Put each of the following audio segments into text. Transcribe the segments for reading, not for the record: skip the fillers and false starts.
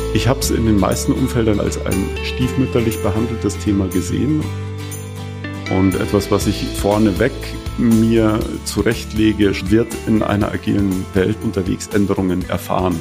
Ich habe es in den meisten Umfeldern als ein stiefmütterlich behandeltes Thema gesehen und etwas, was ich vorneweg mir zurechtlege, wird in einer agilen Welt unterwegs Änderungen erfahren.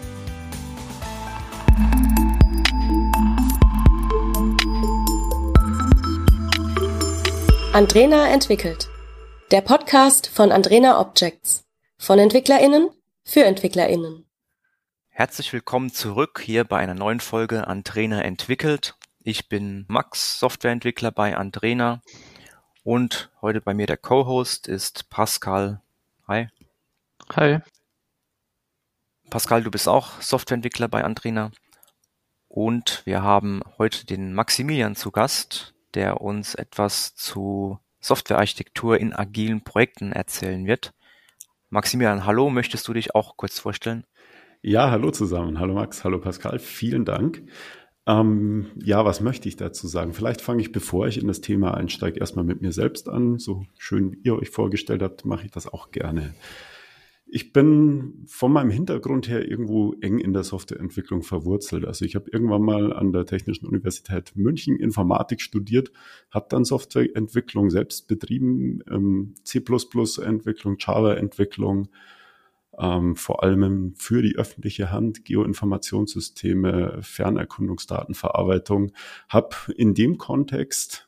Andrena entwickelt. Der Podcast von Andrena Objects. Von EntwicklerInnen für EntwicklerInnen. Herzlich willkommen zurück hier bei einer neuen Folge Andrena entwickelt. Ich bin Max, Softwareentwickler bei Andrena und heute bei mir der Co-Host ist Pascal. Hi. Hi. Pascal, du bist auch Softwareentwickler bei Andrena und wir haben heute den Maximilian zu Gast, der uns etwas zu Softwarearchitektur in agilen Projekten erzählen wird. Maximilian, hallo, möchtest du dich auch kurz vorstellen? Ja, hallo zusammen. Hallo Max, hallo Pascal, vielen Dank. Was möchte ich dazu sagen? Vielleicht fange ich, bevor ich in das Thema einsteige, erstmal mit mir selbst an. So schön, wie ihr euch vorgestellt habt, mache ich das auch gerne. Ich bin von meinem Hintergrund her irgendwo eng in der Softwareentwicklung verwurzelt. Also ich habe irgendwann mal an der Technischen Universität München Informatik studiert, habe dann Softwareentwicklung selbst betrieben, C++-Entwicklung, Java-Entwicklung, vor allem für die öffentliche Hand, Geoinformationssysteme, Fernerkundungsdatenverarbeitung, habe in dem Kontext,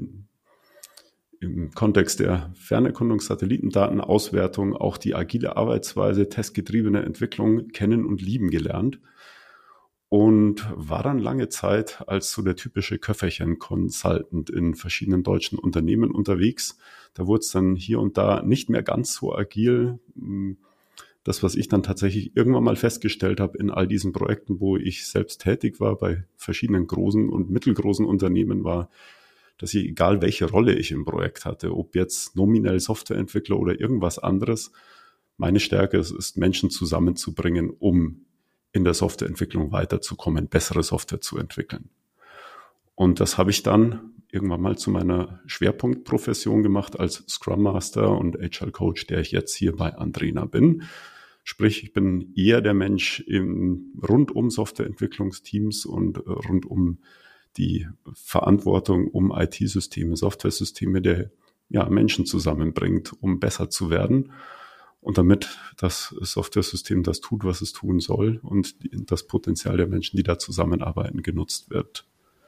im Kontext der Fernerkundungssatellitendatenauswertung auch die agile Arbeitsweise, testgetriebene Entwicklung kennen und lieben gelernt und war dann lange Zeit als so der typische Köfferchen-Consultant in verschiedenen deutschen Unternehmen unterwegs. Da wurde es dann hier und da nicht mehr ganz so agil. Das, was ich dann tatsächlich irgendwann mal festgestellt habe in all diesen Projekten, wo ich selbst tätig war, bei verschiedenen großen und mittelgroßen Unternehmen, war, dass ich, egal welche Rolle ich im Projekt hatte, ob jetzt nominell Softwareentwickler oder irgendwas anderes, meine Stärke ist, Menschen zusammenzubringen, um in der Softwareentwicklung weiterzukommen, bessere Software zu entwickeln. Und das habe ich dann irgendwann mal zu meiner Schwerpunktprofession gemacht als Scrum Master und Agile Coach, der ich jetzt hier bei Andrena bin. Sprich, ich bin eher der Mensch rund um Softwareentwicklungsteams und rund um die Verantwortung um IT-Systeme, Software-Systeme, der Menschen zusammenbringt, um besser zu werden und damit das Software-System das tut, was es tun soll und das Potenzial der Menschen, die da zusammenarbeiten, genutzt wird.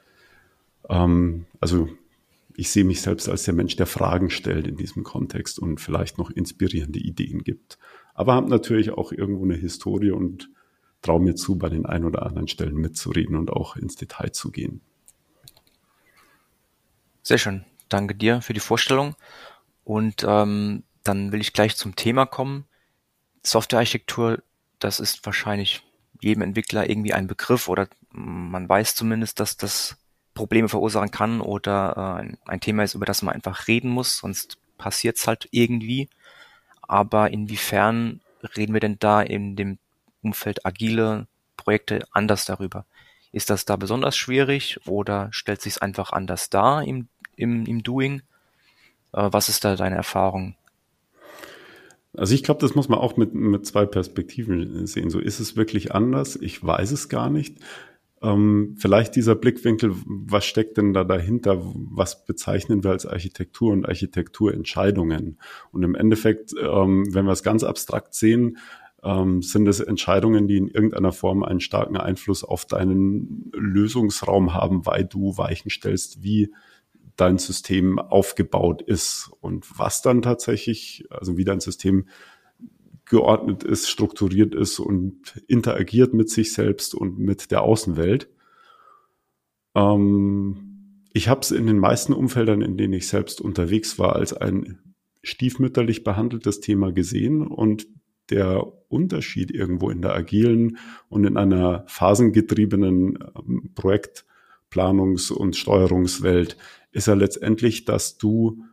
Also ich sehe mich selbst als der Mensch, der Fragen stellt in diesem Kontext und vielleicht noch inspirierende Ideen gibt. Aber habe natürlich auch irgendwo eine Historie und traue mir zu, bei den ein oder anderen Stellen mitzureden und auch ins Detail zu gehen. Sehr schön. Danke dir für die Vorstellung. Und dann will ich gleich zum Thema kommen. Softwarearchitektur, das ist wahrscheinlich jedem Entwickler irgendwie ein Begriff oder man weiß zumindest, dass das Probleme verursachen kann oder ein Thema ist, über das man einfach reden muss, sonst passiert es halt irgendwie. Aber inwiefern reden wir denn da in dem Umfeld agile Projekte anders darüber? Ist das da besonders schwierig oder stellt sich es einfach anders dar im Doing? Was ist da deine Erfahrung? Also ich glaube, das muss man auch mit zwei Perspektiven sehen. So, ist es wirklich anders? Ich weiß es gar nicht. Vielleicht dieser Blickwinkel, was steckt denn da dahinter? Was bezeichnen wir als Architektur und Architekturentscheidungen? Und im Endeffekt, wenn wir es ganz abstrakt sehen, sind es Entscheidungen, die in irgendeiner Form einen starken Einfluss auf deinen Lösungsraum haben, weil du Weichen stellst, wie dein System aufgebaut ist und was dann tatsächlich, also wie dein System geordnet ist, strukturiert ist und interagiert mit sich selbst und mit der Außenwelt. Ich habe es in den meisten Umfeldern, in denen ich selbst unterwegs war, als ein stiefmütterlich behandeltes Thema gesehen und der Unterschied irgendwo in der agilen und in einer phasengetriebenen Projektplanungs- und Steuerungswelt ist ja letztendlich, dass du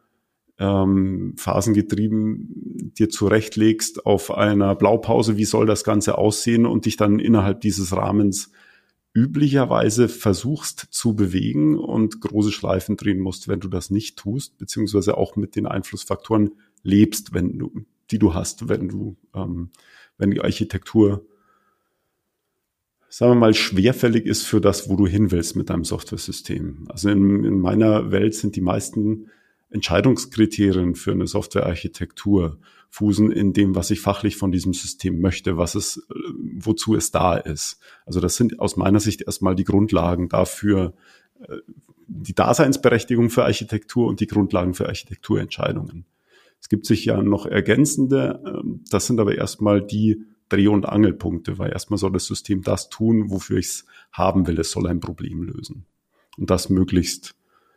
phasengetrieben dir zurechtlegst auf einer Blaupause, wie soll das Ganze aussehen und dich dann innerhalb dieses Rahmens üblicherweise versuchst zu bewegen und große Schleifen drehen musst, wenn du das nicht tust, beziehungsweise auch mit den Einflussfaktoren lebst, die du hast, wenn die Architektur sagen wir mal, schwerfällig ist für das, wo du hin willst mit deinem Softwaresystem. Also in meiner Welt sind die meisten Entscheidungskriterien für eine Softwarearchitektur fußen in dem, was ich fachlich von diesem System möchte, wozu es da ist. Also das sind aus meiner Sicht erstmal die Grundlagen dafür, die Daseinsberechtigung für Architektur und die Grundlagen für Architekturentscheidungen. Es gibt sicher noch ergänzende, das sind aber erstmal die Dreh- und Angelpunkte, weil erstmal soll das System das tun, wofür ich es haben will. Es soll ein Problem lösen. Und das möglichst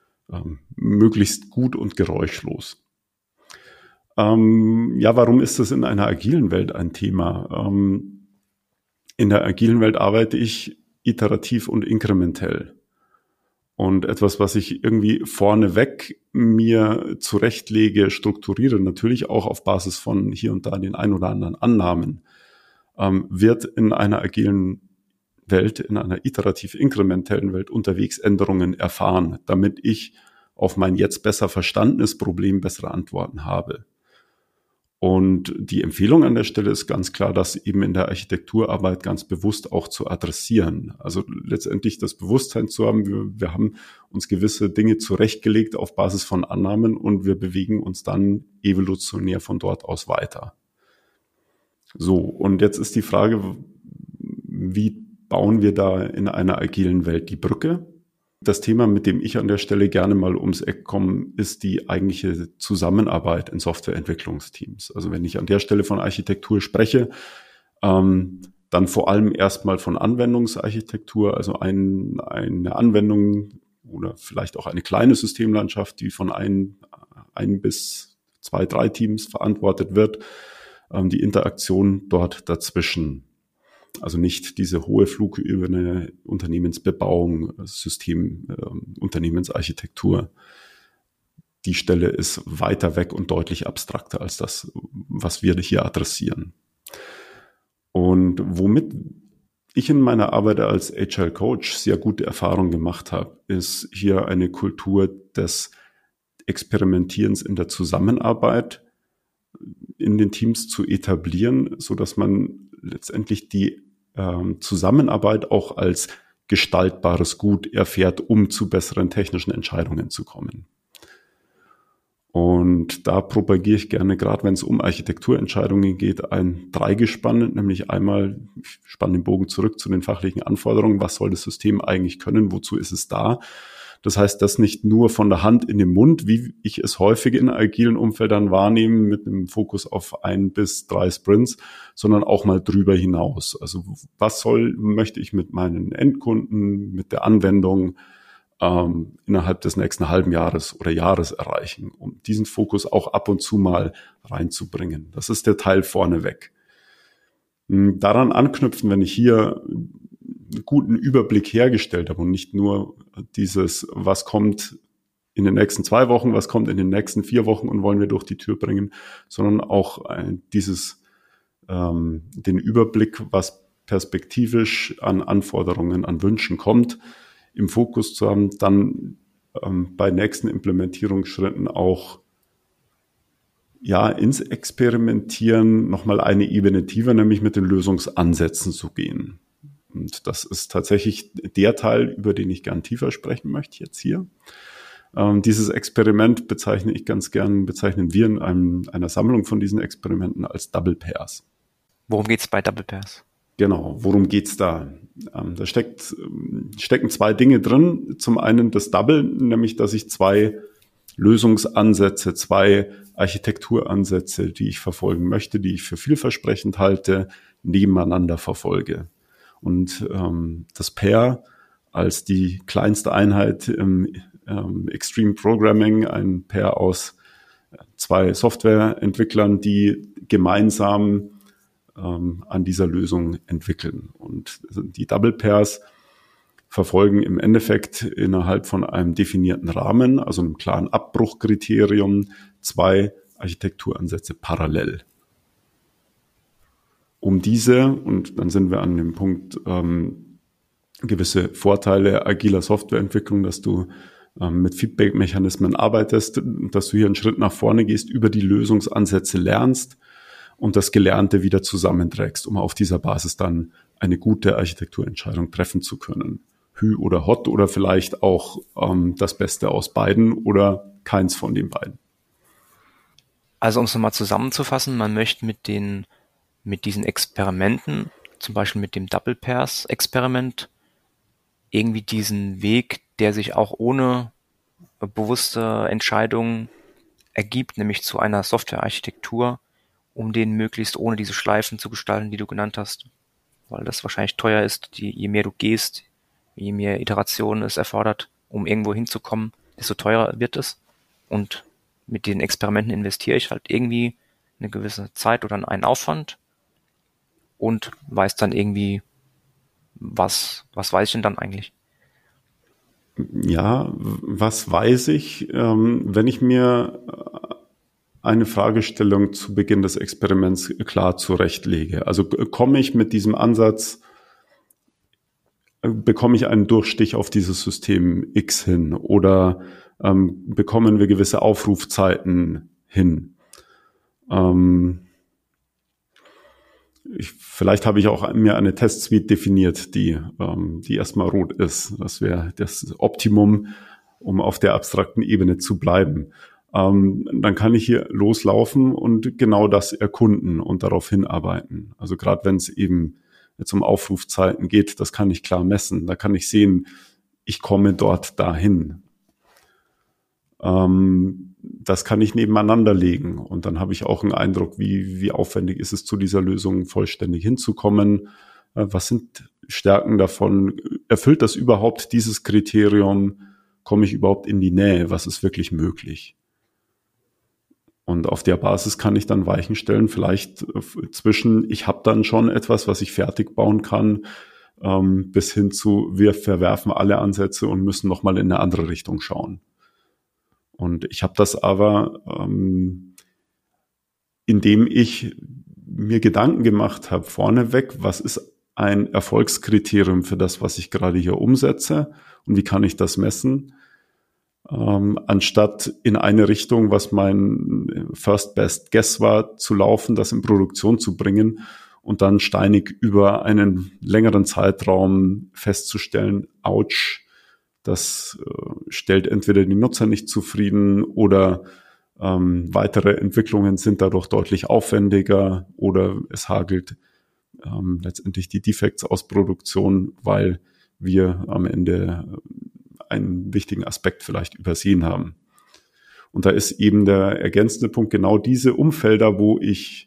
gut und geräuschlos. Warum ist das in einer agilen Welt ein Thema? In der agilen Welt arbeite ich iterativ und inkrementell. Und etwas, was ich irgendwie vorneweg mir zurechtlege, strukturiere, natürlich auch auf Basis von hier und da den ein oder anderen Annahmen, wird in einer agilen Welt, in einer iterativ-inkrementellen Welt unterwegs Änderungen erfahren, damit ich auf mein jetzt besser verstandenes Problem bessere Antworten habe. Und die Empfehlung an der Stelle ist ganz klar, das eben in der Architekturarbeit ganz bewusst auch zu adressieren. Also letztendlich das Bewusstsein zu haben, wir haben uns gewisse Dinge zurechtgelegt auf Basis von Annahmen und wir bewegen uns dann evolutionär von dort aus weiter. So, und jetzt ist die Frage, wie bauen wir da in einer agilen Welt die Brücke? Das Thema, mit dem ich an der Stelle gerne mal ums Eck komme, ist die eigentliche Zusammenarbeit in Softwareentwicklungsteams. Also wenn ich an der Stelle von Architektur spreche, dann vor allem erstmal von Anwendungsarchitektur, also eine Anwendung oder vielleicht auch eine kleine Systemlandschaft, die von ein bis 2, 3 Teams verantwortet wird, die Interaktion dort dazwischen. Also nicht diese hohe Flugebene Unternehmensbebauung, Unternehmensarchitektur. Die Stelle ist weiter weg und deutlich abstrakter als das, was wir hier adressieren. Und womit ich in meiner Arbeit als Agile Coach sehr gute Erfahrungen gemacht habe, ist hier eine Kultur des Experimentierens in der Zusammenarbeit in den Teams zu etablieren, so dass man letztendlich die Zusammenarbeit auch als gestaltbares Gut erfährt, um zu besseren technischen Entscheidungen zu kommen. Und da propagiere ich gerne, gerade wenn es um Architekturentscheidungen geht, ein Dreigespann, nämlich einmal, ich spanne den Bogen zurück zu den fachlichen Anforderungen, was soll das System eigentlich können, wozu ist es da? Das heißt, das nicht nur von der Hand in den Mund, wie ich es häufig in agilen Umfeldern wahrnehme, mit einem Fokus auf 1 bis 3 Sprints, sondern auch mal drüber hinaus. Also möchte ich mit meinen Endkunden, mit der Anwendung innerhalb des nächsten halben Jahres oder Jahres erreichen, um diesen Fokus auch ab und zu mal reinzubringen. Das ist der Teil vorneweg. Daran anknüpfen, wenn ich hier einen guten Überblick hergestellt habe und nicht nur dieses, was kommt in den nächsten 2 Wochen, was kommt in den nächsten 4 Wochen und wollen wir durch die Tür bringen, sondern auch den Überblick, was perspektivisch an Anforderungen, an Wünschen kommt, im Fokus zu haben, dann bei nächsten Implementierungsschritten auch ins Experimentieren nochmal eine Ebene tiefer, nämlich mit den Lösungsansätzen zu gehen. Und das ist tatsächlich der Teil, über den ich gern tiefer sprechen möchte jetzt hier. Dieses Experiment bezeichnen wir in einer Sammlung von diesen Experimenten als Double Pairs. Worum geht's bei Double Pairs? Genau, worum geht's da? Da stecken 2 Dinge drin. Zum einen das Double, nämlich dass ich 2 Lösungsansätze, 2 Architekturansätze, die ich verfolgen möchte, die ich für vielversprechend halte, nebeneinander verfolge. Und das Pair als die kleinste Einheit im Extreme Programming, ein Pair aus 2 Softwareentwicklern, die gemeinsam an dieser Lösung entwickeln. Und die Double Pairs verfolgen im Endeffekt innerhalb von einem definierten Rahmen, also einem klaren Abbruchkriterium, 2 Architekturansätze parallel. Um diese, und dann sind wir an dem Punkt, gewisse Vorteile agiler Softwareentwicklung, dass du mit Feedback-Mechanismen arbeitest, dass du hier einen Schritt nach vorne gehst, über die Lösungsansätze lernst und das Gelernte wieder zusammenträgst, um auf dieser Basis dann eine gute Architekturentscheidung treffen zu können. Hü oder Hot oder vielleicht auch das Beste aus beiden oder keins von den beiden. Also um es nochmal zusammenzufassen, man möchte mit diesen Experimenten, zum Beispiel mit dem Double Pairs Experiment, irgendwie diesen Weg, der sich auch ohne bewusste Entscheidung ergibt, nämlich zu einer Softwarearchitektur, um den möglichst ohne diese Schleifen zu gestalten, die du genannt hast, weil das wahrscheinlich teuer ist, je mehr du gehst, je mehr Iterationen es erfordert, um irgendwo hinzukommen, desto teurer wird es. Und mit den Experimenten investiere ich halt irgendwie eine gewisse Zeit oder einen Aufwand und weiß dann irgendwie, was weiß ich denn dann eigentlich? Ja, was weiß ich, wenn ich mir eine Fragestellung zu Beginn des Experiments klar zurechtlege? Also komme ich mit diesem Ansatz, bekomme ich einen Durchstich auf dieses System X hin oder bekommen wir gewisse Aufrufzeiten hin? Vielleicht habe ich auch mir eine Testsuite definiert, die erstmal rot ist. Das wäre das Optimum, um auf der abstrakten Ebene zu bleiben. Dann kann ich hier loslaufen und genau das erkunden und darauf hinarbeiten. Also gerade wenn es eben jetzt um Aufrufzeiten geht, das kann ich klar messen. Da kann ich sehen, ich komme dort dahin. Das kann ich nebeneinander legen und dann habe ich auch einen Eindruck, wie aufwendig ist es, zu dieser Lösung vollständig hinzukommen. Was sind Stärken davon? Erfüllt das überhaupt dieses Kriterium? Komme ich überhaupt in die Nähe? Was ist wirklich möglich? Und auf der Basis kann ich dann Weichen stellen, vielleicht zwischen, ich habe dann schon etwas, was ich fertig bauen kann, bis hin zu, wir verwerfen alle Ansätze und müssen nochmal in eine andere Richtung schauen. Und ich habe das aber, indem ich mir Gedanken gemacht habe, vorneweg, was ist ein Erfolgskriterium für das, was ich gerade hier umsetze und wie kann ich das messen, anstatt in eine Richtung, was mein First Best Guess war, zu laufen, das in Produktion zu bringen und dann steinig über einen längeren Zeitraum festzustellen, ouch, das stellt entweder die Nutzer nicht zufrieden oder weitere Entwicklungen sind dadurch deutlich aufwendiger oder es hagelt letztendlich die Defects aus Produktion, weil wir am Ende einen wichtigen Aspekt vielleicht übersehen haben. Und da ist eben der ergänzende Punkt genau diese Umfelder, wo ich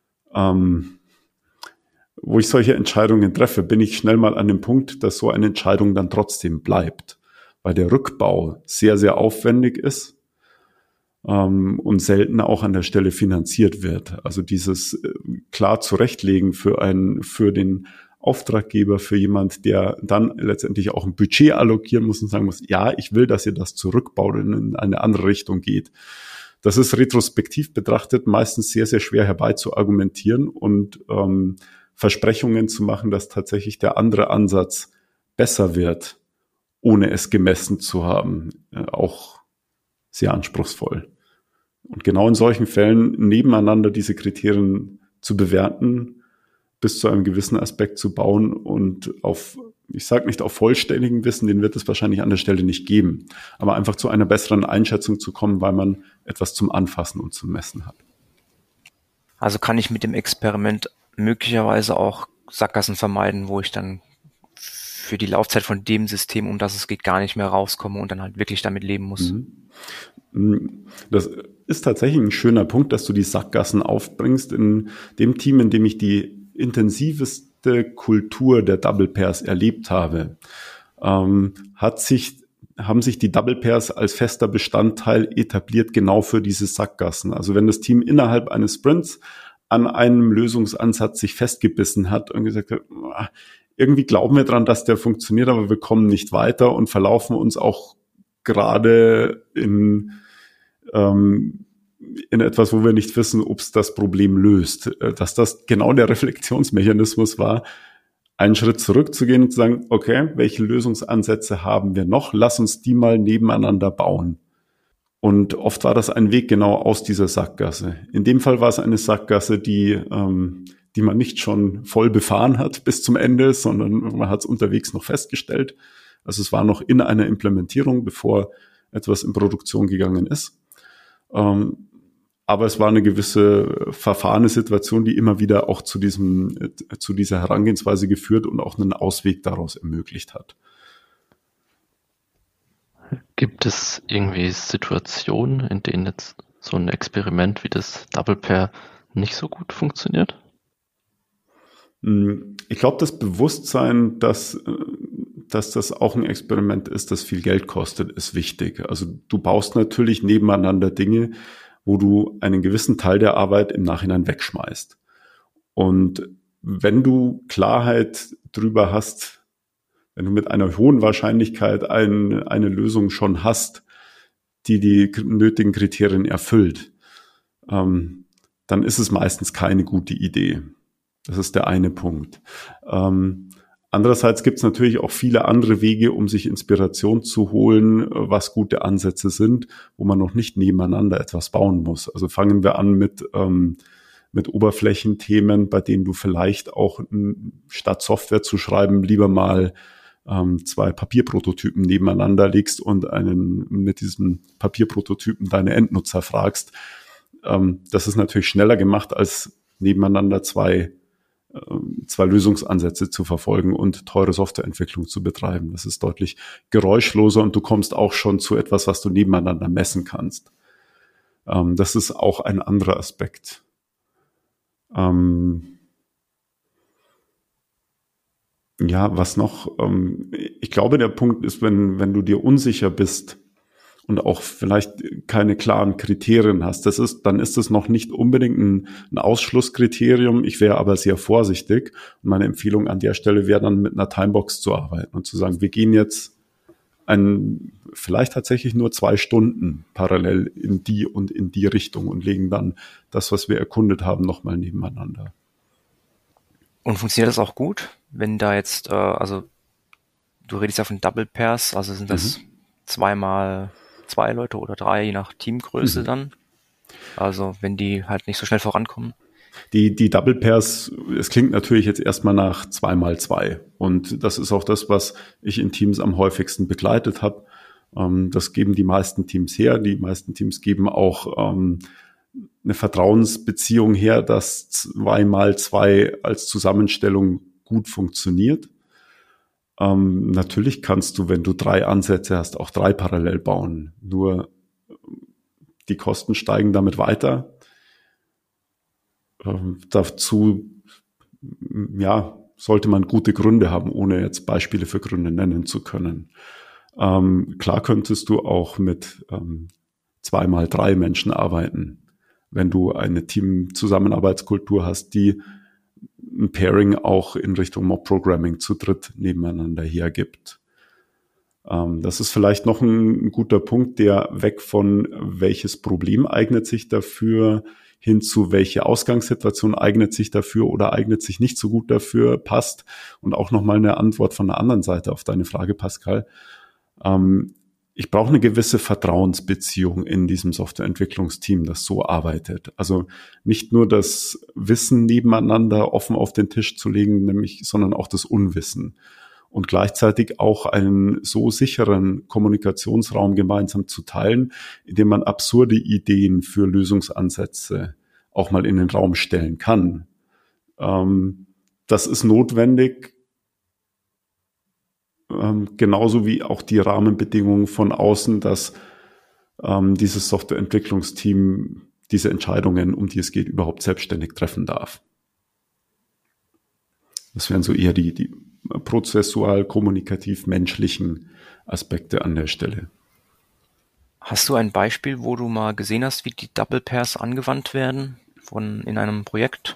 solche Entscheidungen treffe, bin ich schnell mal an dem Punkt, dass so eine Entscheidung dann trotzdem bleibt, weil der Rückbau sehr, sehr aufwendig ist und selten auch an der Stelle finanziert wird. Also dieses klar zurechtlegen für den Auftraggeber, für jemand, der dann letztendlich auch ein Budget allokieren muss und sagen muss, ja, ich will, dass ihr das zurückbaut und in eine andere Richtung geht. Das ist retrospektiv betrachtet meistens sehr, sehr schwer herbeizuargumentieren und Versprechungen zu machen, dass tatsächlich der andere Ansatz besser wird, ohne es gemessen zu haben, auch sehr anspruchsvoll. Und genau in solchen Fällen nebeneinander diese Kriterien zu bewerten, bis zu einem gewissen Aspekt zu bauen und ich sage nicht auf vollständigen Wissen, den wird es wahrscheinlich an der Stelle nicht geben, aber einfach zu einer besseren Einschätzung zu kommen, weil man etwas zum Anfassen und zum Messen hat. Also kann ich mit dem Experiment möglicherweise auch Sackgassen vermeiden, wo ich dann für die Laufzeit von dem System, um das es geht, gar nicht mehr rauskomme und dann halt wirklich damit leben muss. Das ist tatsächlich ein schöner Punkt, dass du die Sackgassen aufbringst. In dem Team, in dem ich die intensivste Kultur der Double Pairs erlebt habe, haben sich die Double Pairs als fester Bestandteil etabliert, genau für diese Sackgassen. Also wenn das Team innerhalb eines Sprints an einem Lösungsansatz sich festgebissen hat und gesagt hat, irgendwie glauben wir dran, dass der funktioniert, aber wir kommen nicht weiter und verlaufen uns auch gerade in etwas, wo wir nicht wissen, ob es das Problem löst. Dass das genau der Reflexionsmechanismus war, einen Schritt zurückzugehen und zu sagen, okay, welche Lösungsansätze haben wir noch? Lass uns die mal nebeneinander bauen. Und oft war das ein Weg genau aus dieser Sackgasse. In dem Fall war es eine Sackgasse, die man nicht schon voll befahren hat bis zum Ende, sondern man hat es unterwegs noch festgestellt. Also es war noch in einer Implementierung, bevor etwas in Produktion gegangen ist. Aber es war eine gewisse verfahrene Situation, die immer wieder auch zu dieser Herangehensweise geführt und auch einen Ausweg daraus ermöglicht hat. Gibt es irgendwie Situationen, in denen jetzt so ein Experiment wie das Double Pair nicht so gut funktioniert? Ich glaube, das Bewusstsein, dass das auch ein Experiment ist, das viel Geld kostet, ist wichtig. Also du baust natürlich nebeneinander Dinge, wo du einen gewissen Teil der Arbeit im Nachhinein wegschmeißt. Und wenn du Klarheit drüber hast, wenn du mit einer hohen Wahrscheinlichkeit eine Lösung schon hast, die nötigen Kriterien erfüllt, dann ist es meistens keine gute Idee. Das ist der eine Punkt. Andererseits gibt es natürlich auch viele andere Wege, um sich Inspiration zu holen, was gute Ansätze sind, wo man noch nicht nebeneinander etwas bauen muss. Also fangen wir an mit Oberflächenthemen, bei denen du vielleicht auch statt Software zu schreiben lieber mal 2 Papierprototypen nebeneinander legst und mit diesen Papierprototypen deine Endnutzer fragst. Das ist natürlich schneller gemacht, als nebeneinander zwei Lösungsansätze zu verfolgen und teure Softwareentwicklung zu betreiben. Das ist deutlich geräuschloser und du kommst auch schon zu etwas, was du nebeneinander messen kannst. Das ist auch ein anderer Aspekt. Ja, was noch? Ich glaube, der Punkt ist, wenn du dir unsicher bist und auch vielleicht keine klaren Kriterien hast, dann ist es noch nicht unbedingt ein Ausschlusskriterium. Ich wäre aber sehr vorsichtig. Und meine Empfehlung an der Stelle wäre dann, mit einer Timebox zu arbeiten und zu sagen, wir gehen jetzt vielleicht tatsächlich nur 2 Stunden parallel in die und in die Richtung und legen dann das, was wir erkundet haben, nochmal nebeneinander. Und funktioniert das auch gut, wenn da jetzt, also du redest ja von Double Pairs, also sind das 2 Leute oder 3, je nach Teamgröße dann? Also wenn die halt nicht so schnell vorankommen? Die Double Pairs, es klingt natürlich jetzt erstmal nach 2x2 und das ist auch das, was ich in Teams am häufigsten begleitet habe. Das geben die meisten Teams her. Die meisten Teams geben auch eine Vertrauensbeziehung her, dass 2x2 als Zusammenstellung gut funktioniert. Natürlich kannst du, wenn du 3 Ansätze hast, auch 3 parallel bauen. Nur die Kosten steigen damit weiter. Dazu, ja, sollte man gute Gründe haben, ohne jetzt Beispiele für Gründe nennen zu können. Klar könntest du auch mit 2x3 Menschen arbeiten, wenn du eine Team-Zusammenarbeitskultur hast, die ein Pairing auch in Richtung Mob-Programming zu dritt nebeneinander hergibt. Das ist vielleicht noch ein guter Punkt, der weg von welches Problem eignet sich dafür hin zu welche Ausgangssituation eignet sich dafür oder eignet sich nicht so gut dafür passt. Und auch nochmal eine Antwort von der anderen Seite auf deine Frage, Pascal. Ich brauche eine gewisse Vertrauensbeziehung in diesem Softwareentwicklungsteam, das so arbeitet. Also nicht nur das Wissen nebeneinander offen auf den Tisch zu legen, sondern auch das Unwissen. Und gleichzeitig auch einen so sicheren Kommunikationsraum gemeinsam zu teilen, indem man absurde Ideen für Lösungsansätze auch mal in den Raum stellen kann. Das ist notwendig, genauso wie auch die Rahmenbedingungen von außen, dass dieses Softwareentwicklungsteam diese Entscheidungen, um die es geht, überhaupt selbstständig treffen darf. Das wären so eher die prozessual, kommunikativ, menschlichen Aspekte an der Stelle. Hast du ein Beispiel, wo du mal gesehen hast, wie die Double Pairs angewandt werden in einem Projekt?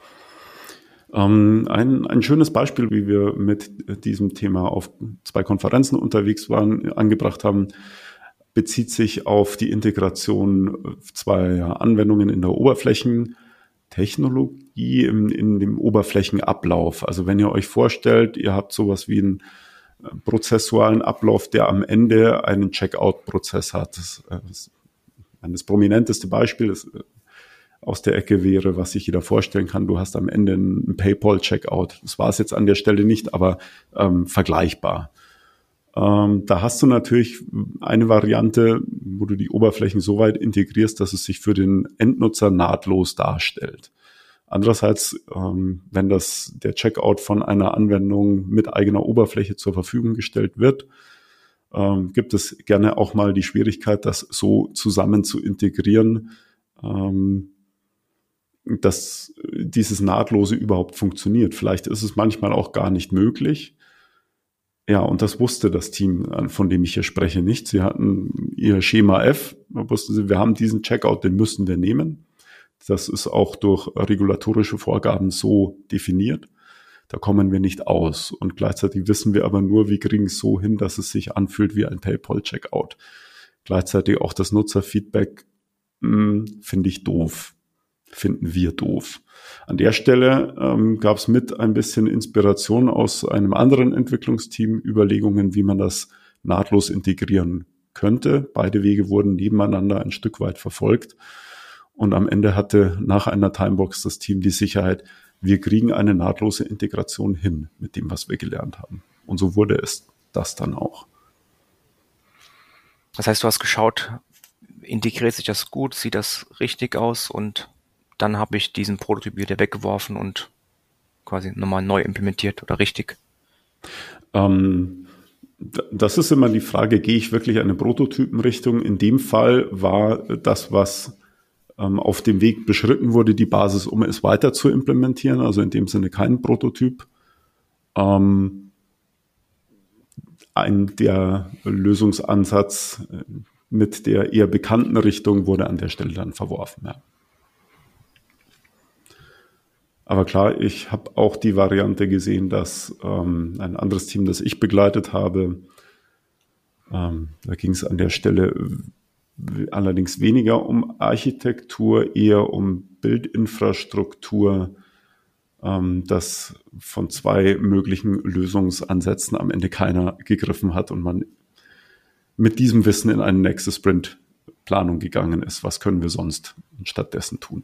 Ein schönes Beispiel, wie wir mit diesem Thema auf 2 Konferenzen unterwegs waren, angebracht haben, bezieht sich auf die Integration 2 Anwendungen in der Oberflächentechnologie in dem Oberflächenablauf. Also wenn ihr euch vorstellt, ihr habt sowas wie einen prozessualen Ablauf, der am Ende einen Checkout-Prozess hat. Das Das prominenteste Beispiel ist, aus der Ecke wäre, was sich jeder vorstellen kann. Du hast am Ende einen PayPal-Checkout. Das war es jetzt an der Stelle nicht, aber vergleichbar. Da hast du natürlich eine Variante, wo du die Oberflächen so weit integrierst, dass es sich für den Endnutzer nahtlos darstellt. Andererseits, wenn der Checkout von einer Anwendung mit eigener Oberfläche zur Verfügung gestellt wird, gibt es gerne auch mal die Schwierigkeit, das so zusammen zu integrieren, dass dieses Nahtlose überhaupt funktioniert. Vielleicht ist es manchmal auch gar nicht möglich. Ja, und das wusste das Team, von dem ich hier spreche, nicht. Sie hatten ihr Schema F, da wussten sie, wir haben diesen Checkout, den müssen wir nehmen. Das ist auch durch regulatorische Vorgaben so definiert. Da kommen wir nicht aus. Und gleichzeitig wissen wir aber nur, wir kriegen es so hin, dass es sich anfühlt wie ein PayPal-Checkout. Gleichzeitig auch das Nutzerfeedback finde ich doof. Finden wir doof. An der Stelle gab es mit ein bisschen Inspiration aus einem anderen Entwicklungsteam, Überlegungen, wie man das nahtlos integrieren könnte. Beide Wege wurden nebeneinander ein Stück weit verfolgt. Und am Ende hatte nach einer Timebox das Team die Sicherheit, wir kriegen eine nahtlose Integration hin mit dem, was wir gelernt haben. Und so wurde es das dann auch. Das heißt, du hast geschaut, integriert sich das gut, sieht das richtig aus, und dann habe ich diesen Prototyp wieder weggeworfen und quasi nochmal neu implementiert oder richtig? Das ist immer die Frage, gehe ich wirklich eine Prototypenrichtung? In dem Fall war das, was auf dem Weg beschritten wurde, die Basis, um es weiter zu implementieren, also in dem Sinne kein Prototyp. Der Lösungsansatz mit der eher bekannten Richtung wurde an der Stelle dann verworfen. Ja. Aber klar, ich habe auch die Variante gesehen, dass ein anderes Team, das ich begleitet habe, da ging es an der Stelle allerdings weniger um Architektur, eher um Bildinfrastruktur, dass von zwei möglichen Lösungsansätzen am Ende keiner gegriffen hat und man mit diesem Wissen in eine nächste Sprint-Planung gegangen ist. Was können wir sonst stattdessen tun?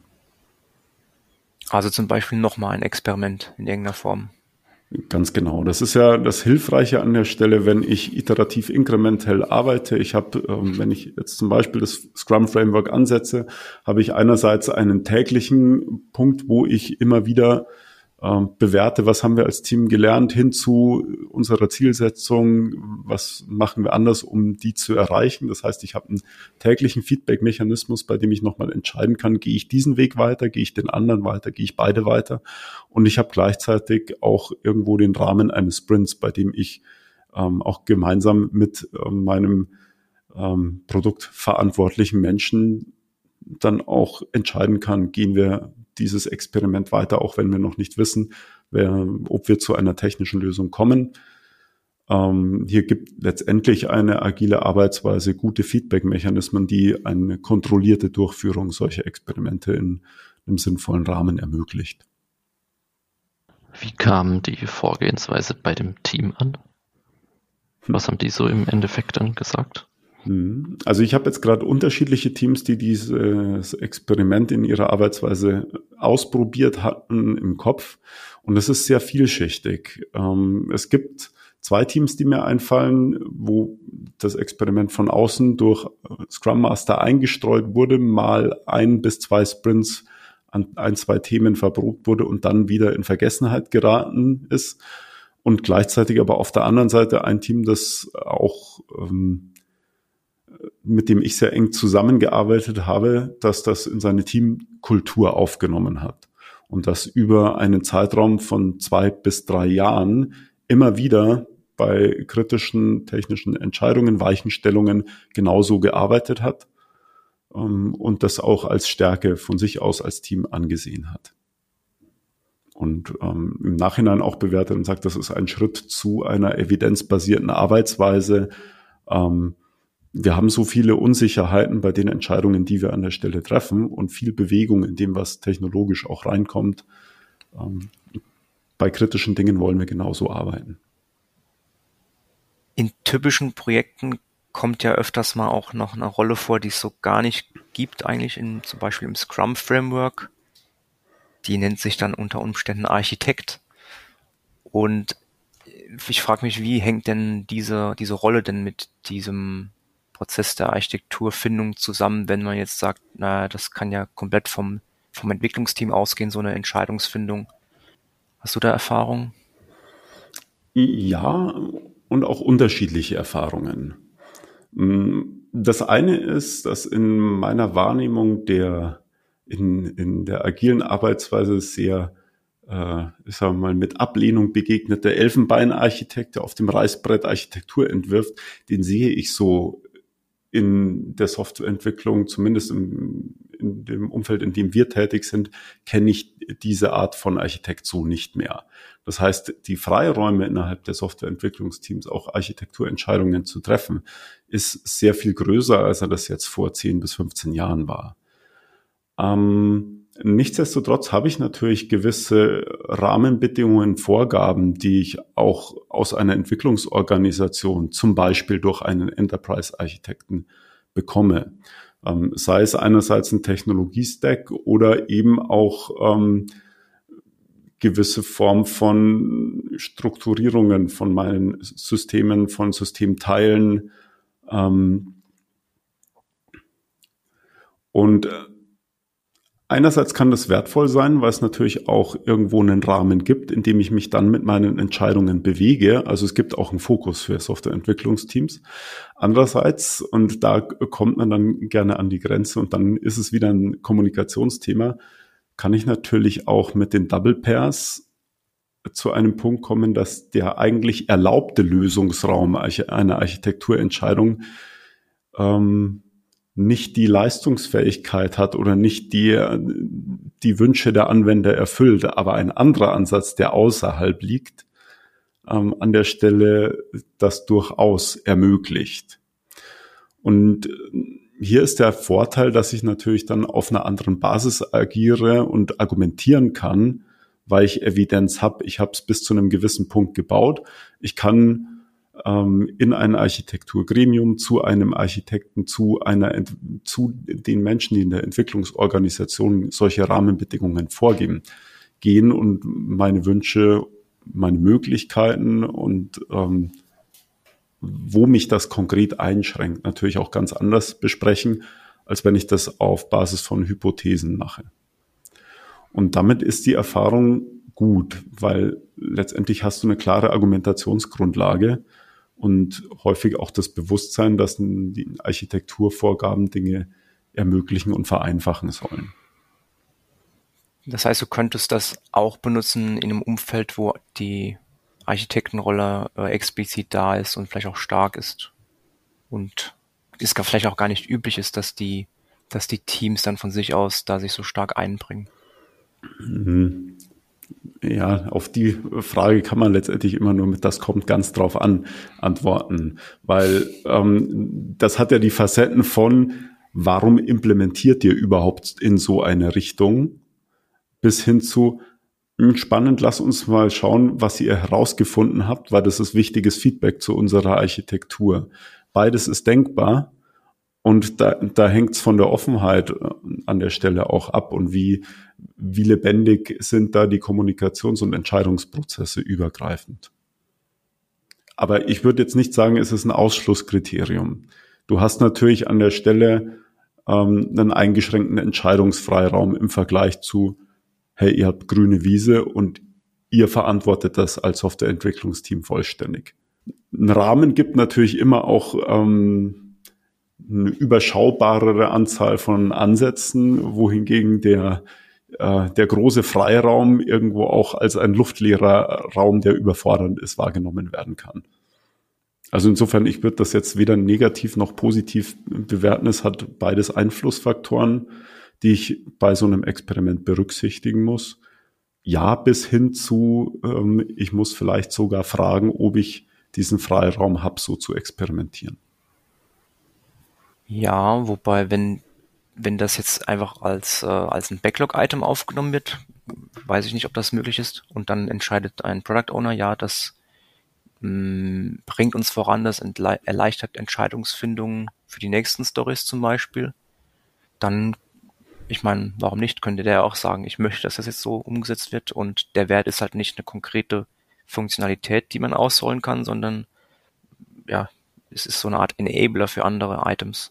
Also zum Beispiel nochmal ein Experiment in irgendeiner Form. Ganz genau. Das ist ja das Hilfreiche an der Stelle, wenn ich iterativ inkrementell arbeite. Ich habe, wenn ich jetzt zum Beispiel das Scrum-Framework ansetze, habe ich einerseits einen täglichen Punkt, wo ich immer wieder bewerte, was haben wir als Team gelernt, hin zu unserer Zielsetzung, was machen wir anders, um die zu erreichen. Das heißt, ich habe einen täglichen Feedback-Mechanismus, bei dem ich nochmal entscheiden kann, gehe ich diesen Weg weiter, gehe ich den anderen weiter, gehe ich beide weiter. Und ich habe gleichzeitig auch irgendwo den Rahmen eines Sprints, bei dem ich auch gemeinsam mit meinem produktverantwortlichen Menschen dann auch entscheiden kann, gehen wir dieses Experiment weiter, auch wenn wir noch nicht wissen, ob wir zu einer technischen Lösung kommen. Hier gibt letztendlich eine agile Arbeitsweise gute Feedback-Mechanismen, die eine kontrollierte Durchführung solcher Experimente in einem sinnvollen Rahmen ermöglicht. Wie kam die Vorgehensweise bei dem Team an? Was haben die so im Endeffekt dann gesagt? Also ich habe jetzt gerade unterschiedliche Teams, die dieses Experiment in ihrer Arbeitsweise ausprobiert hatten im Kopf. Und es ist sehr vielschichtig. Es gibt zwei Teams, die mir einfallen, wo das Experiment von außen durch Scrum Master eingestreut wurde, mal 1 bis 2 Sprints an 1, 2 Themen verprobt wurde und dann wieder in Vergessenheit geraten ist. Und gleichzeitig aber auf der anderen Seite ein Team, das auch mit dem ich sehr eng zusammengearbeitet habe, dass das in seine Teamkultur aufgenommen hat und das über einen Zeitraum von 2 bis 3 Jahren immer wieder bei kritischen technischen Entscheidungen, Weichenstellungen genauso gearbeitet hat und das auch als Stärke von sich aus als Team angesehen hat. Und im Nachhinein auch bewertet und sagt, das ist ein Schritt zu einer evidenzbasierten Arbeitsweise. Wir haben so viele Unsicherheiten bei den Entscheidungen, die wir an der Stelle treffen und viel Bewegung in dem, was technologisch auch reinkommt. Bei kritischen Dingen wollen wir genauso arbeiten. In typischen Projekten kommt ja öfters mal auch noch eine Rolle vor, die es so gar nicht gibt eigentlich, zum Beispiel im Scrum-Framework. Die nennt sich dann unter Umständen Architekt. Und ich frage mich, wie hängt denn diese Rolle denn mit diesem Prozess der Architekturfindung zusammen, wenn man jetzt sagt, na, das kann ja komplett vom Entwicklungsteam ausgehen, so eine Entscheidungsfindung. Hast du da Erfahrung? Ja, und auch unterschiedliche Erfahrungen. Das eine ist, dass in meiner Wahrnehmung in der agilen Arbeitsweise sehr, ich sage mal, mit Ablehnung begegnete Elfenbeinarchitekt, der auf dem Reißbrett Architektur entwirft, den sehe ich so in der Softwareentwicklung, zumindest in dem Umfeld, in dem wir tätig sind, kenne ich diese Art von Architekt so nicht mehr. Das heißt, die Freiräume innerhalb der Softwareentwicklungsteams, auch Architekturentscheidungen zu treffen, ist sehr viel größer, als er das jetzt vor 10 bis 15 Jahren war. Nichtsdestotrotz habe ich natürlich gewisse Rahmenbedingungen, Vorgaben, die ich auch aus einer Entwicklungsorganisation, zum Beispiel durch einen Enterprise-Architekten, bekomme. Sei es einerseits ein Technologie-Stack oder eben auch gewisse Form von Strukturierungen von meinen Systemen, von Systemteilen. Und einerseits kann das wertvoll sein, weil es natürlich auch irgendwo einen Rahmen gibt, in dem ich mich dann mit meinen Entscheidungen bewege. Also es gibt auch einen Fokus für Softwareentwicklungsteams. Andererseits, und da kommt man dann gerne an die Grenze und dann ist es wieder ein Kommunikationsthema, kann ich natürlich auch mit den Double Pairs zu einem Punkt kommen, dass der eigentlich erlaubte Lösungsraum einer Architekturentscheidung nicht die Leistungsfähigkeit hat oder nicht die Wünsche der Anwender erfüllt, aber ein anderer Ansatz, der außerhalb liegt, an der Stelle das durchaus ermöglicht. Und hier ist der Vorteil, dass ich natürlich dann auf einer anderen Basis agiere und argumentieren kann, weil ich Evidenz habe. Ich habe es bis zu einem gewissen Punkt gebaut. Ich kann in ein Architekturgremium zu einem Architekten, zu den Menschen, die in der Entwicklungsorganisation solche Rahmenbedingungen vorgeben, gehen und meine Wünsche, meine Möglichkeiten und wo mich das konkret einschränkt, natürlich auch ganz anders besprechen, als wenn ich das auf Basis von Hypothesen mache. Und damit ist die Erfahrung gut, weil letztendlich hast du eine klare Argumentationsgrundlage und häufig auch das Bewusstsein, dass die Architekturvorgaben Dinge ermöglichen und vereinfachen sollen. Das heißt, du könntest das auch benutzen in einem Umfeld, wo die Architektenrolle explizit da ist und vielleicht auch stark ist und es vielleicht auch gar nicht üblich ist, dass die Teams dann von sich aus da sich so stark einbringen. Ja, auf die Frage kann man letztendlich immer nur mit "das kommt ganz drauf an" antworten, weil das hat ja die Facetten von, warum implementiert ihr überhaupt in so eine Richtung, bis hin zu spannend, lass uns mal schauen, was ihr herausgefunden habt, weil das ist wichtiges Feedback zu unserer Architektur. Beides ist denkbar und da hängt es von der Offenheit an der Stelle auch ab und wie lebendig sind da die Kommunikations- und Entscheidungsprozesse übergreifend. Aber ich würde jetzt nicht sagen, es ist ein Ausschlusskriterium. Du hast natürlich an der Stelle einen eingeschränkten Entscheidungsfreiraum im Vergleich zu hey, ihr habt grüne Wiese und ihr verantwortet das als Softwareentwicklungsteam vollständig. Ein Rahmen gibt natürlich immer auch eine überschaubarere Anzahl von Ansätzen, wohingegen der große Freiraum irgendwo auch als ein luftleerer Raum, der überfordernd ist, wahrgenommen werden kann. Also insofern, ich würde das jetzt weder negativ noch positiv bewerten. Es hat beides Einflussfaktoren, die ich bei so einem Experiment berücksichtigen muss. Ja, bis hin zu, ich muss vielleicht sogar fragen, ob ich diesen Freiraum habe, so zu experimentieren. Ja, wobei, wenn das jetzt einfach als ein Backlog-Item aufgenommen wird, weiß ich nicht, ob das möglich ist. Und dann entscheidet ein Product Owner, ja, das bringt uns voran, das erleichtert Entscheidungsfindungen für die nächsten Stories zum Beispiel, dann, ich meine, warum nicht, könnte der auch sagen, ich möchte, dass das jetzt so umgesetzt wird und der Wert ist halt nicht eine konkrete Funktionalität, die man ausrollen kann, sondern ja, es ist so eine Art Enabler für andere Items.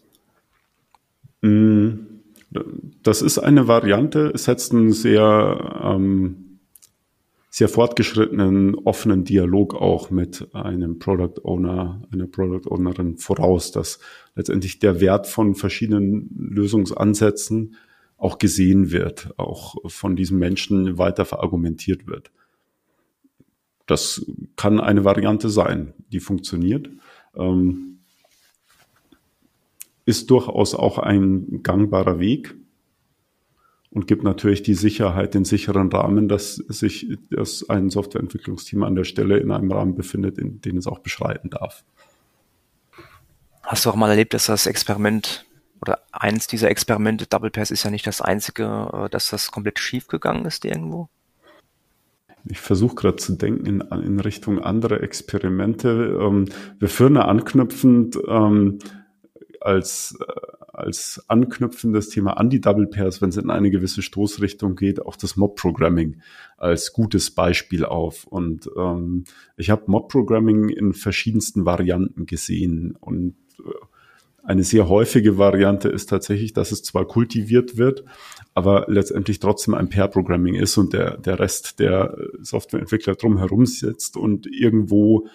Das ist eine Variante. Es setzt einen sehr fortgeschrittenen, offenen Dialog auch mit einem Product Owner, einer Product Ownerin voraus, dass letztendlich der Wert von verschiedenen Lösungsansätzen auch gesehen wird, auch von diesen Menschen weiter verargumentiert wird. Das kann eine Variante sein, die funktioniert. Ist durchaus auch ein gangbarer Weg und gibt natürlich die Sicherheit, den sicheren Rahmen, dass ein Softwareentwicklungsteam an der Stelle in einem Rahmen befindet, in den es auch beschreiten darf. Hast du auch mal erlebt, dass das Experiment oder eins dieser Experimente, Double Pairs ist ja nicht das einzige, dass das komplett schief gegangen ist irgendwo? Ich versuche gerade zu denken in Richtung andere Experimente. Wir führen anknüpfend als anknüpfendes Thema an die Double Pairs, wenn es in eine gewisse Stoßrichtung geht, auch das Mob-Programming als gutes Beispiel auf. Und ich habe Mob-Programming in verschiedensten Varianten gesehen. Und eine sehr häufige Variante ist tatsächlich, dass es zwar kultiviert wird, aber letztendlich trotzdem ein Pair-Programming ist und der Rest der Softwareentwickler drumherum sitzt und irgendwo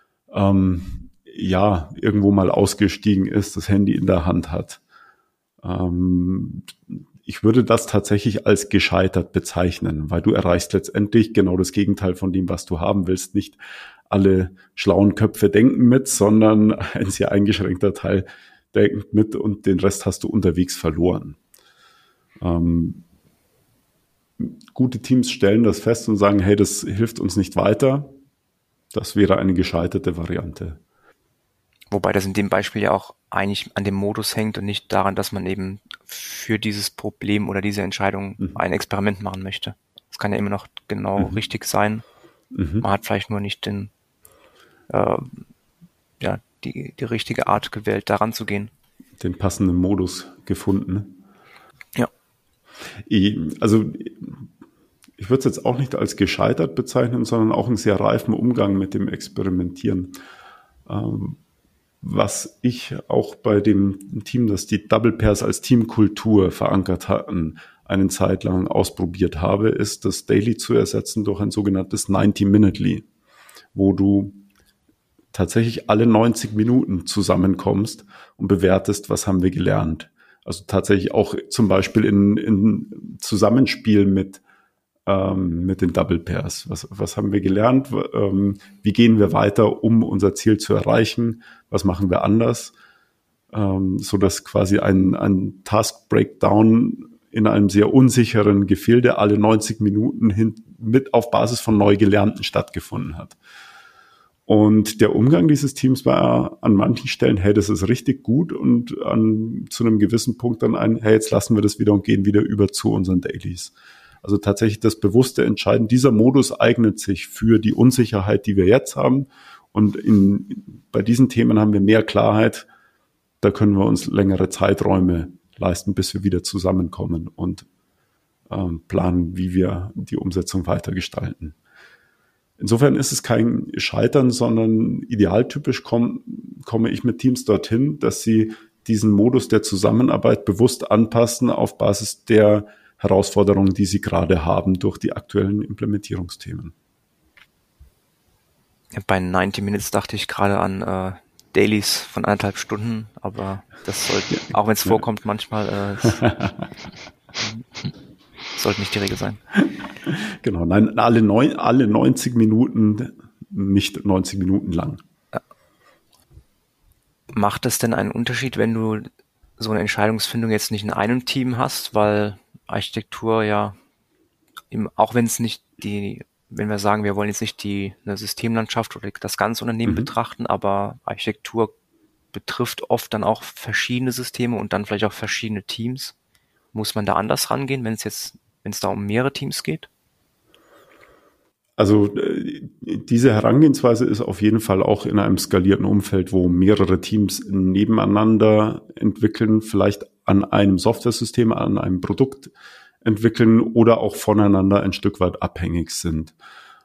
mal ausgestiegen ist, das Handy in der Hand hat. Ich würde das tatsächlich als gescheitert bezeichnen, weil du erreichst letztendlich genau das Gegenteil von dem, was du haben willst. Nicht alle schlauen Köpfe denken mit, sondern ein sehr eingeschränkter Teil denkt mit und den Rest hast du unterwegs verloren. Gute Teams stellen das fest und sagen, hey, das hilft uns nicht weiter. Das wäre eine gescheiterte Variante. Wobei das in dem Beispiel ja auch eigentlich an dem Modus hängt und nicht daran, dass man eben für dieses Problem oder diese Entscheidung ein Experiment machen möchte. Das kann ja immer noch genau richtig sein. Man hat vielleicht nur nicht die richtige Art gewählt, daran zu gehen. Den passenden Modus gefunden. Ja. Also ich würde es jetzt auch nicht als gescheitert bezeichnen, sondern auch einen sehr reifen Umgang mit dem Experimentieren. Was ich auch bei dem Team, das die Double Pairs als Teamkultur verankert hatten, eine Zeit lang ausprobiert habe, ist das Daily zu ersetzen durch ein sogenanntes 90-Minutely, wo du tatsächlich alle 90 Minuten zusammenkommst und bewertest, was haben wir gelernt. Also tatsächlich auch zum Beispiel in Zusammenspiel mit den Double Pairs. Was haben wir gelernt? Wie gehen wir weiter, um unser Ziel zu erreichen? Was machen wir anders? So dass quasi ein Task Breakdown in einem sehr unsicheren Gefilde alle 90 Minuten mit auf Basis von neu Gelernten stattgefunden hat. Und der Umgang dieses Teams war an manchen Stellen, hey, das ist richtig gut und zu einem gewissen Punkt dann hey, jetzt lassen wir das wieder und gehen wieder über zu unseren Dailies. Also tatsächlich das bewusste Entscheiden, dieser Modus eignet sich für die Unsicherheit, die wir jetzt haben. Und bei diesen Themen haben wir mehr Klarheit. Da können wir uns längere Zeiträume leisten, bis wir wieder zusammenkommen und planen, wie wir die Umsetzung weitergestalten. Insofern ist es kein Scheitern, sondern idealtypisch komme ich mit Teams dorthin, dass sie diesen Modus der Zusammenarbeit bewusst anpassen auf Basis der Herausforderungen, die sie gerade haben durch die aktuellen Implementierungsthemen. Bei 90 Minutes dachte ich gerade an Dailies von 1,5 Stunden, aber das sollte, auch wenn es vorkommt, manchmal sollte nicht die Regel sein. Genau, nein, alle 90 Minuten, nicht 90 Minuten lang. Ja. Macht es denn einen Unterschied, wenn du so eine Entscheidungsfindung jetzt nicht in einem Team hast, weil Architektur ja, auch wenn es nicht wenn wir sagen, wir wollen jetzt nicht eine Systemlandschaft oder das ganze Unternehmen betrachten, aber Architektur betrifft oft dann auch verschiedene Systeme und dann vielleicht auch verschiedene Teams. Muss man da anders rangehen, wenn es da um mehrere Teams geht? Also diese Herangehensweise ist auf jeden Fall auch in einem skalierten Umfeld, wo mehrere Teams nebeneinander entwickeln, vielleicht an einem Softwaresystem, an einem Produkt entwickeln oder auch voneinander ein Stück weit abhängig sind.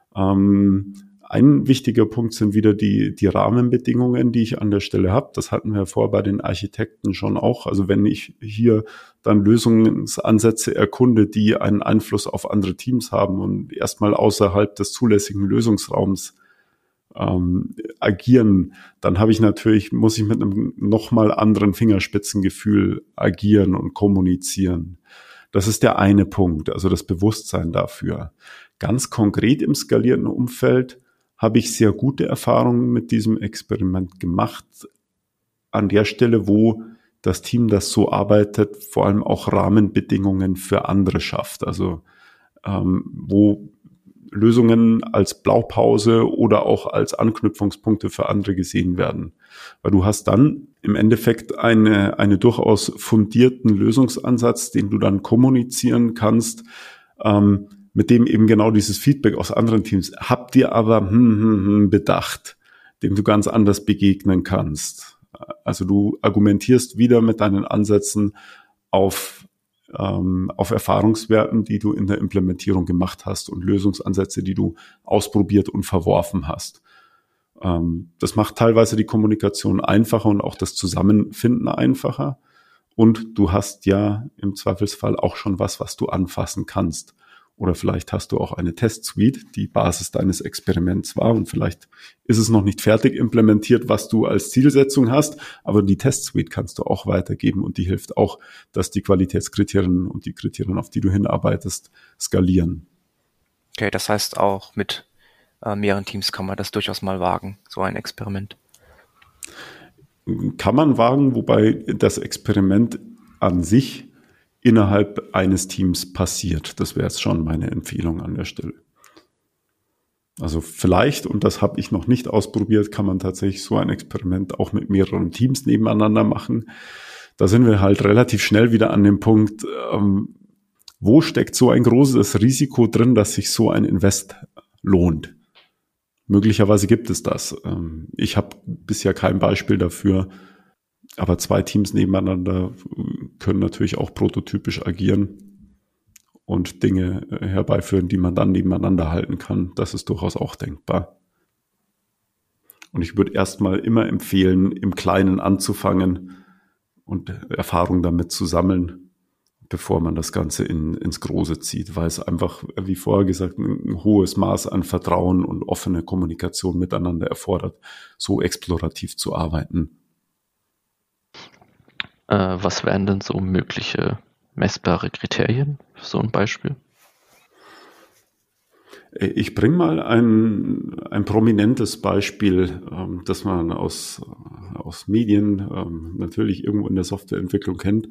Ein wichtiger Punkt sind wieder die Rahmenbedingungen, die ich an der Stelle habe. Das hatten wir vorher bei den Architekten schon auch. Also wenn ich hier dann Lösungsansätze erkunde, die einen Einfluss auf andere Teams haben und erstmal außerhalb des zulässigen Lösungsraums agieren, dann muss ich mit einem nochmal anderen Fingerspitzengefühl agieren und kommunizieren. Das ist der eine Punkt, also das Bewusstsein dafür. Ganz konkret im skalierten Umfeld habe ich sehr gute Erfahrungen mit diesem Experiment gemacht. An der Stelle, wo das Team, das so arbeitet, vor allem auch Rahmenbedingungen für andere schafft. Also wo Lösungen als Blaupause oder auch als Anknüpfungspunkte für andere gesehen werden. Weil du hast dann im Endeffekt eine durchaus fundierten Lösungsansatz, den du dann kommunizieren kannst, mit dem eben genau dieses Feedback aus anderen Teams, habt ihr aber bedacht, dem du ganz anders begegnen kannst. Also du argumentierst wieder mit deinen Ansätzen auf Erfahrungswerten, die du in der Implementierung gemacht hast und Lösungsansätze, die du ausprobiert und verworfen hast. Das macht teilweise die Kommunikation einfacher und auch das Zusammenfinden einfacher. Und du hast ja im Zweifelsfall auch schon was du anfassen kannst. Oder vielleicht hast du auch eine Testsuite, die Basis deines Experiments war und vielleicht ist es noch nicht fertig implementiert, was du als Zielsetzung hast, aber die Testsuite kannst du auch weitergeben und die hilft auch, dass die Qualitätskriterien und die Kriterien, auf die du hinarbeitest, skalieren. Okay, das heißt auch mit mehreren Teams kann man das durchaus mal wagen, so ein Experiment. Kann man wagen, wobei das Experiment an sich innerhalb eines Teams passiert. Das wäre jetzt schon meine Empfehlung an der Stelle. Also vielleicht, und das habe ich noch nicht ausprobiert, kann man tatsächlich so ein Experiment auch mit mehreren Teams nebeneinander machen. Da sind wir halt relativ schnell wieder an dem Punkt, wo steckt so ein großes Risiko drin, dass sich so ein Invest lohnt. Möglicherweise gibt es das. Ich habe bisher kein Beispiel dafür, aber 2 Teams nebeneinander können natürlich auch prototypisch agieren und Dinge herbeiführen, die man dann nebeneinander halten kann. Das ist durchaus auch denkbar. Und ich würde erstmal immer empfehlen, im Kleinen anzufangen und Erfahrung damit zu sammeln, bevor man das Ganze ins Große zieht, weil es einfach, wie vorher gesagt, ein hohes Maß an Vertrauen und offene Kommunikation miteinander erfordert, so explorativ zu arbeiten. Was wären denn so mögliche messbare Kriterien für so ein Beispiel? Ich bringe mal ein prominentes Beispiel, das man aus Medien natürlich irgendwo in der Softwareentwicklung kennt,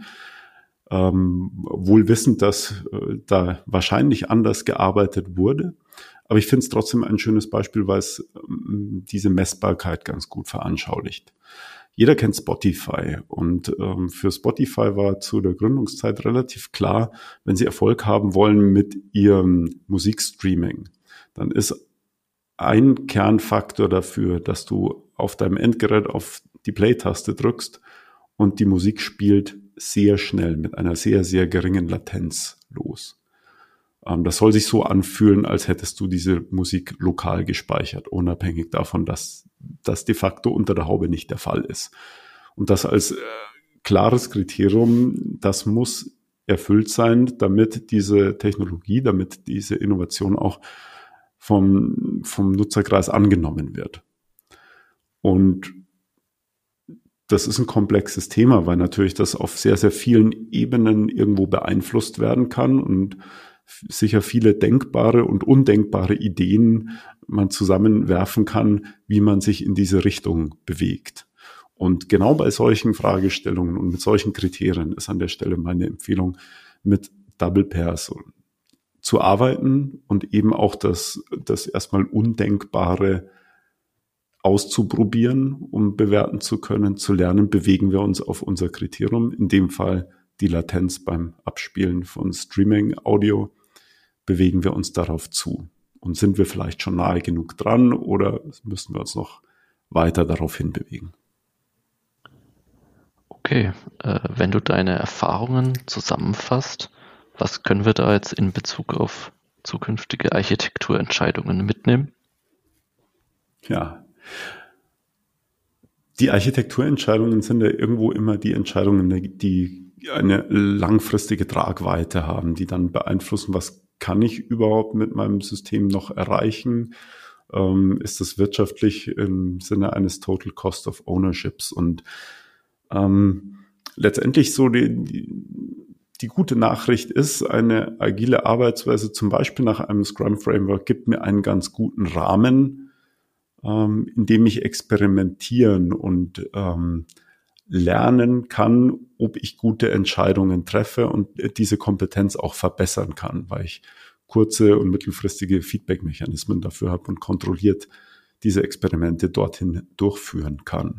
wohl wissend, dass da wahrscheinlich anders gearbeitet wurde. Aber ich finde es trotzdem ein schönes Beispiel, weil es diese Messbarkeit ganz gut veranschaulicht. Jeder kennt Spotify und für Spotify war zu der Gründungszeit relativ klar, wenn sie Erfolg haben wollen mit ihrem Musikstreaming, dann ist ein Kernfaktor dafür, dass du auf deinem Endgerät auf die Play-Taste drückst und die Musik spielt sehr schnell mit einer sehr, sehr geringen Latenz los. Das soll sich so anfühlen, als hättest du diese Musik lokal gespeichert, unabhängig davon, dass das de facto unter der Haube nicht der Fall ist. Und das als klares Kriterium, das muss erfüllt sein, damit diese Technologie, damit diese Innovation auch vom Nutzerkreis angenommen wird. Und das ist ein komplexes Thema, weil natürlich das auf sehr, sehr vielen Ebenen irgendwo beeinflusst werden kann und sicher viele denkbare und undenkbare Ideen man zusammenwerfen kann, wie man sich in diese Richtung bewegt. Und genau bei solchen Fragestellungen und mit solchen Kriterien ist an der Stelle meine Empfehlung, mit Double Pairs zu arbeiten und eben auch das erstmal Undenkbare auszuprobieren, um bewerten zu können, zu lernen, bewegen wir uns auf unser Kriterium, in dem Fall die Latenz beim Abspielen von Streaming-Audio, bewegen wir uns darauf zu. Und sind wir vielleicht schon nahe genug dran oder müssen wir uns noch weiter darauf hinbewegen? Okay, wenn du deine Erfahrungen zusammenfasst, was können wir da jetzt in Bezug auf zukünftige Architekturentscheidungen mitnehmen? Ja, die Architekturentscheidungen sind ja irgendwo immer die Entscheidungen, die eine langfristige Tragweite haben, die dann beeinflussen, was kann ich überhaupt mit meinem System noch erreichen? Ist das wirtschaftlich im Sinne eines Total Cost of Ownerships? Und letztendlich so die gute Nachricht ist, eine agile Arbeitsweise, zum Beispiel nach einem Scrum-Framework, gibt mir einen ganz guten Rahmen, in dem ich experimentieren und lernen kann, ob ich gute Entscheidungen treffe und diese Kompetenz auch verbessern kann, weil ich kurze und mittelfristige Feedback-Mechanismen dafür habe und kontrolliert diese Experimente dorthin durchführen kann.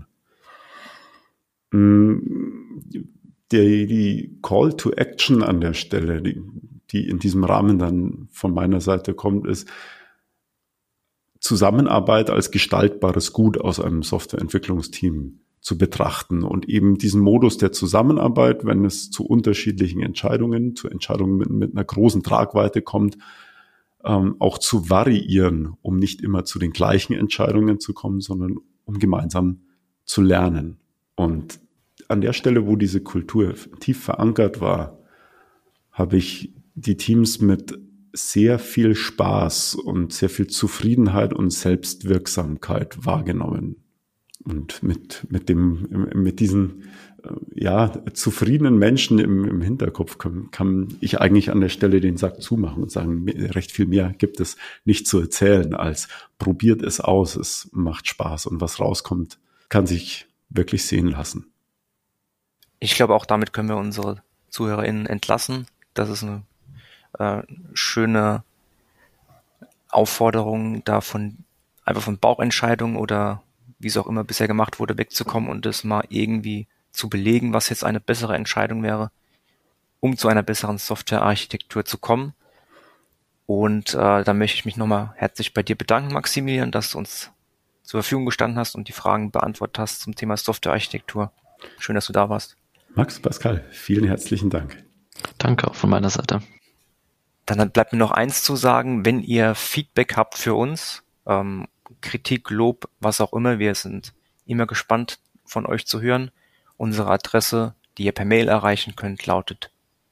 Die Call to Action an der Stelle, die in diesem Rahmen dann von meiner Seite kommt, ist Zusammenarbeit als gestaltbares Gut aus einem Softwareentwicklungsteam zu betrachten und eben diesen Modus der Zusammenarbeit, wenn es zu unterschiedlichen Entscheidungen, zu Entscheidungen mit einer großen Tragweite kommt, auch zu variieren, um nicht immer zu den gleichen Entscheidungen zu kommen, sondern um gemeinsam zu lernen. Und an der Stelle, wo diese Kultur tief verankert war, habe ich die Teams mit sehr viel Spaß und sehr viel Zufriedenheit und Selbstwirksamkeit wahrgenommen. Und mit diesen zufriedenen Menschen im Hinterkopf kann ich eigentlich an der Stelle den Sack zumachen und sagen, recht viel mehr gibt es nicht zu erzählen, als probiert es aus, es macht Spaß und was rauskommt, kann sich wirklich sehen lassen. Ich glaube, auch damit können wir unsere ZuhörerInnen entlassen. Das ist eine schöne Aufforderung, einfach von Bauchentscheidungen oder wie es auch immer bisher gemacht wurde, wegzukommen und das mal irgendwie zu belegen, was jetzt eine bessere Entscheidung wäre, um zu einer besseren Softwarearchitektur zu kommen. Und da möchte ich mich nochmal herzlich bei dir bedanken, Maximilian, dass du uns zur Verfügung gestanden hast und die Fragen beantwortet hast zum Thema Softwarearchitektur. Schön, dass du da warst. Max, Pascal, vielen herzlichen Dank. Danke auch von meiner Seite. Dann bleibt mir noch eins zu sagen, wenn ihr Feedback habt für uns, Kritik, Lob, was auch immer, wir sind immer gespannt von euch zu hören. Unsere Adresse, die ihr per Mail erreichen könnt, lautet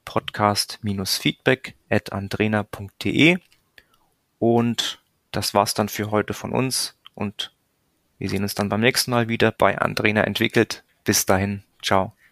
podcast-feedback@andrena.de und das war's dann für heute von uns und wir sehen uns dann beim nächsten Mal wieder bei Andrena entwickelt. Bis dahin, ciao.